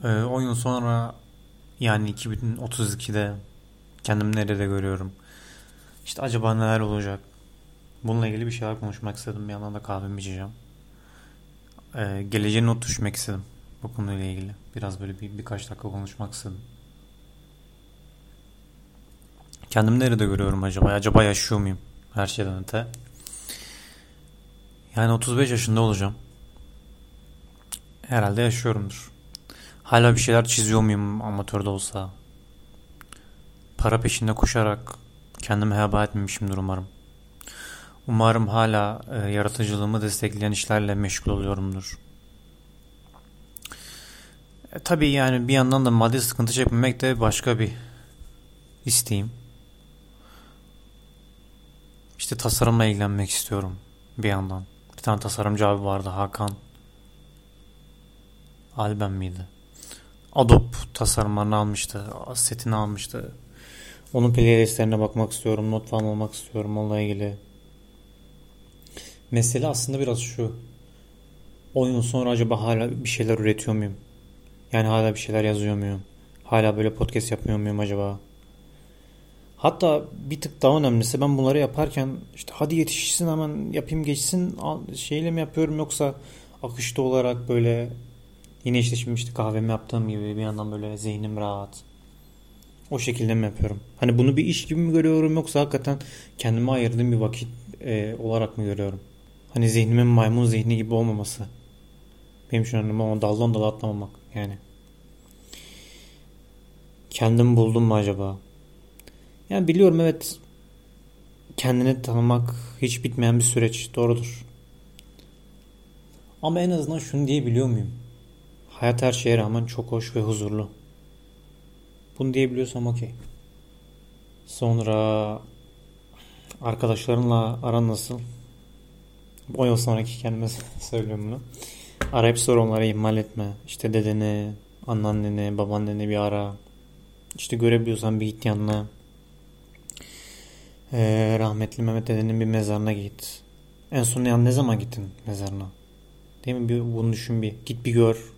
10 yıl sonra yani 2032'de kendimi nerede görüyorum? İşte acaba neler olacak? Bununla ilgili bir şeyler konuşmak istedim. Bir yandan da kahvemi içeceğim. Geleceğe not düşmek istedim. Bu konuyla ilgili. Biraz böyle birkaç dakika konuşmak istedim. Kendimi nerede görüyorum acaba? Acaba yaşıyor muyum? Her şeyden öte. Yani 35 yaşında olacağım. Herhalde yaşıyorumdur. Hala bir şeyler çiziyor muyum amatörde olsa? Para peşinde koşarak kendimi heba etmemişimdir umarım. Umarım hala yaratıcılığımı destekleyen işlerle meşgul oluyorumdur. Tabii yani bir yandan da maddi sıkıntı çekmemek de başka bir isteğim. İşte tasarımla ilgilenmek istiyorum bir yandan. Bir tane tasarımcı abi vardı, Hakan Alben miydi? Adobe tasarımlarını almıştı, setini almıştı. Onun playlistlerine bakmak istiyorum, not falan almak istiyorum onunla ilgili. Mesele aslında biraz şu. 10 yıl sonra acaba hala bir şeyler üretiyor muyum? Yani hala bir şeyler yazıyor muyum? Hala böyle podcast yapmıyor muyum acaba? Hatta bir tık daha önemlisi ben bunları yaparken işte hadi yetişsin hemen yapayım geçsin şeyle mi yapıyorum yoksa akışta olarak böyle yine işte kahvemi yaptığım gibi bir yandan böyle zihnim rahat. O şekilde mi yapıyorum? Hani bunu bir iş gibi mi görüyorum yoksa hakikaten kendime ayırdığım bir vakit olarak mı görüyorum? Hani zihnimin maymun zihni gibi olmaması. Benim için önemli ama daldan dala atlamamak yani. Kendimi buldum mu acaba? Yani biliyorum evet, kendini tanımak hiç bitmeyen bir süreç, doğrudur. Ama en azından şunu diyebiliyor muyum? Hayat her şeye rağmen çok hoş ve huzurlu. Bunu diyebiliyorsam okey. Sonra arkadaşlarınla aran nasıl? 10 yıl sonraki kendime söylüyorum bunu. Arayıp sor, onları ihmal etme. İşte dedeni, anneanneni, babaanneni bir ara. İşte görebiliyorsan bir git yanına. Rahmetli Mehmet dedenin bir mezarına git. En son yani ne zaman gittin mezarına? Değil mi? Bunu düşün bir. Git bir gör.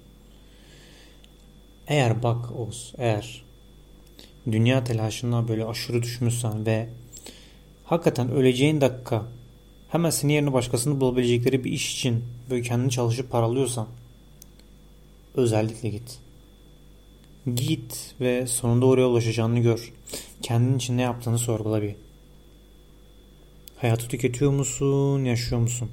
Eğer bak Oğuz, eğer dünya telaşına böyle aşırı düşmüşsen ve hakikaten öleceğin dakika hemen senin yerine başkasını bulabilecekleri bir iş için böyle kendini çalışıp paralıyorsan özellikle git. Git ve sonunda oraya ulaşacağını gör. Kendin için ne yaptığını sorgula bir. Hayatı tüketiyor musun, yaşıyor musun?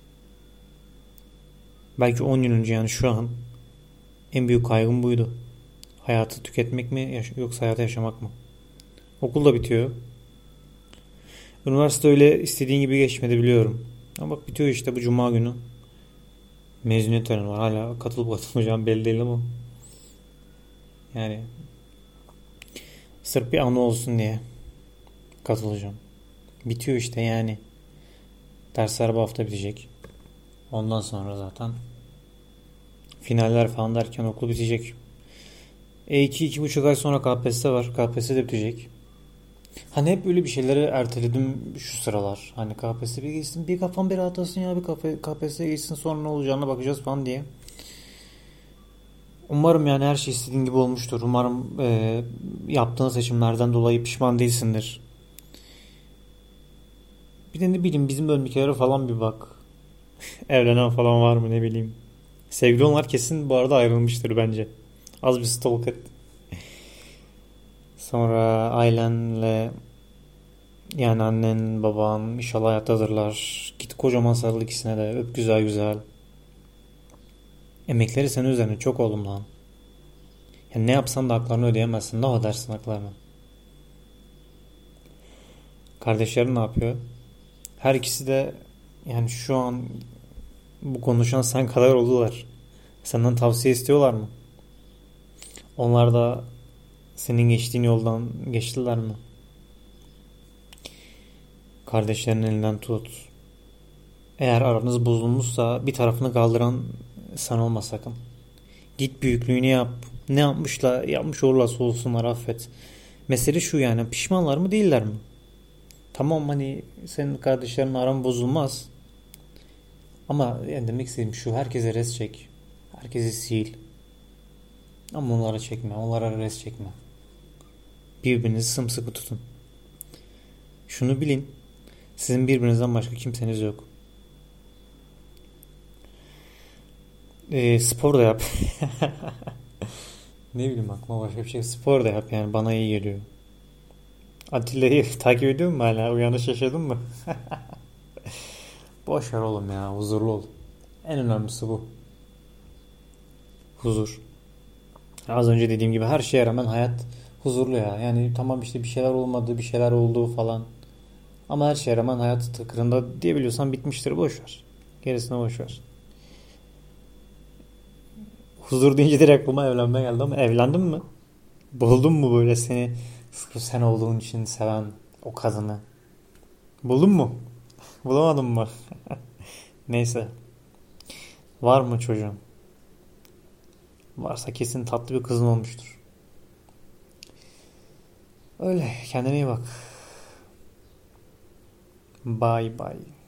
Belki 10 yıl önce yani şu an en büyük kaygım buydu. Hayatı tüketmek mi yoksa hayatı yaşamak mı? Okul da bitiyor. Üniversite öyle istediğin gibi geçmedi biliyorum. Ama bak bitiyor işte bu cuma günü. Mezuniyet töreni var. Hala katılıp katılmayacağım belli değil ama. Yani sırf bir anı olsun diye katılacağım. Bitiyor işte yani. Dersler bu hafta bitecek. Ondan sonra zaten finaller falan derken okul bitecek. 2-2,5 ay sonra KPSS var. KPSS de bitecek. Hani hep böyle bir şeyleri erteledim şu sıralar. Hani KPSS bir geçsin, bir kafam bir rahatlasın ya, bir KPSS geçsin sonra ne olacağına bakacağız falan diye. Umarım yani her şey istediğin gibi olmuştur. Umarım yaptığın seçimlerden dolayı pişman değilsindir. Bir de ne bileyim bizim bölümdekilere falan bir bak. Evlenen falan var mı ne bileyim. Sevgili onlar kesin bu arada ayrılmıştır bence. Az bir stalk et. Sonra ailenle yani annen baban inşallah hayattadırlar. Git kocaman sarıl ikisine de öp güzel güzel. Emekleri senin üzerine çok oğlum lan. Yani ne yapsan da haklarını ödeyemezsin. Ne ödersin haklarını? Kardeşlerin ne yapıyor? Her ikisi de yani şu an bu konuşan sen kadar oldular. Senden tavsiye istiyorlar mı? Onlar da senin geçtiğin yoldan geçtiler mi? Kardeşlerinin elinden tut. Eğer aranız bozulmuşsa bir tarafını kaldıran sen olma sakın. Git büyüklüğünü yap. Ne yapmışlar, yapmış olurlarsa olsunlar affet. Mesele şu yani pişmanlar mı değiller mi? Tamam hani senin kardeşlerin aran bozulmaz. Ama yani demek istediğim şu, herkese res çek. Herkesi sil. Ama onlara çekme. Onlara res çekme. Birbirinizi sımsıkı tutun. Şunu bilin. Sizin birbirinizden başka kimseniz yok. Spor da yap. Ne bileyim aklıma başka bir şey. Spor da yap yani bana iyi geliyor. Atilla'yı takip ediyor musun hala? Uyanış yaşadın mı? Boş ver oğlum ya. Huzurlu ol. En önemlisi bu. Huzur. Az önce dediğim gibi her şeye rağmen hayat huzurlu ya. Yani tamam işte bir şeyler olmadı, bir şeyler oldu falan. Ama her şeye rağmen hayat tıkırında diyebiliyorsan bitmiştir. Boş ver. Gerisine boş ver. Huzur deyince direkt aklıma evlenme geldi ama evlendin mi? Buldun mu böyle seni sırf sen olduğun için seven o kadını? Buldun mu? Bulamadın mı? Neyse. Var mı çocuğun? Varsa kesin tatlı bir kızın olmuştur. Öyle. Kendine iyi bak. Bye bye.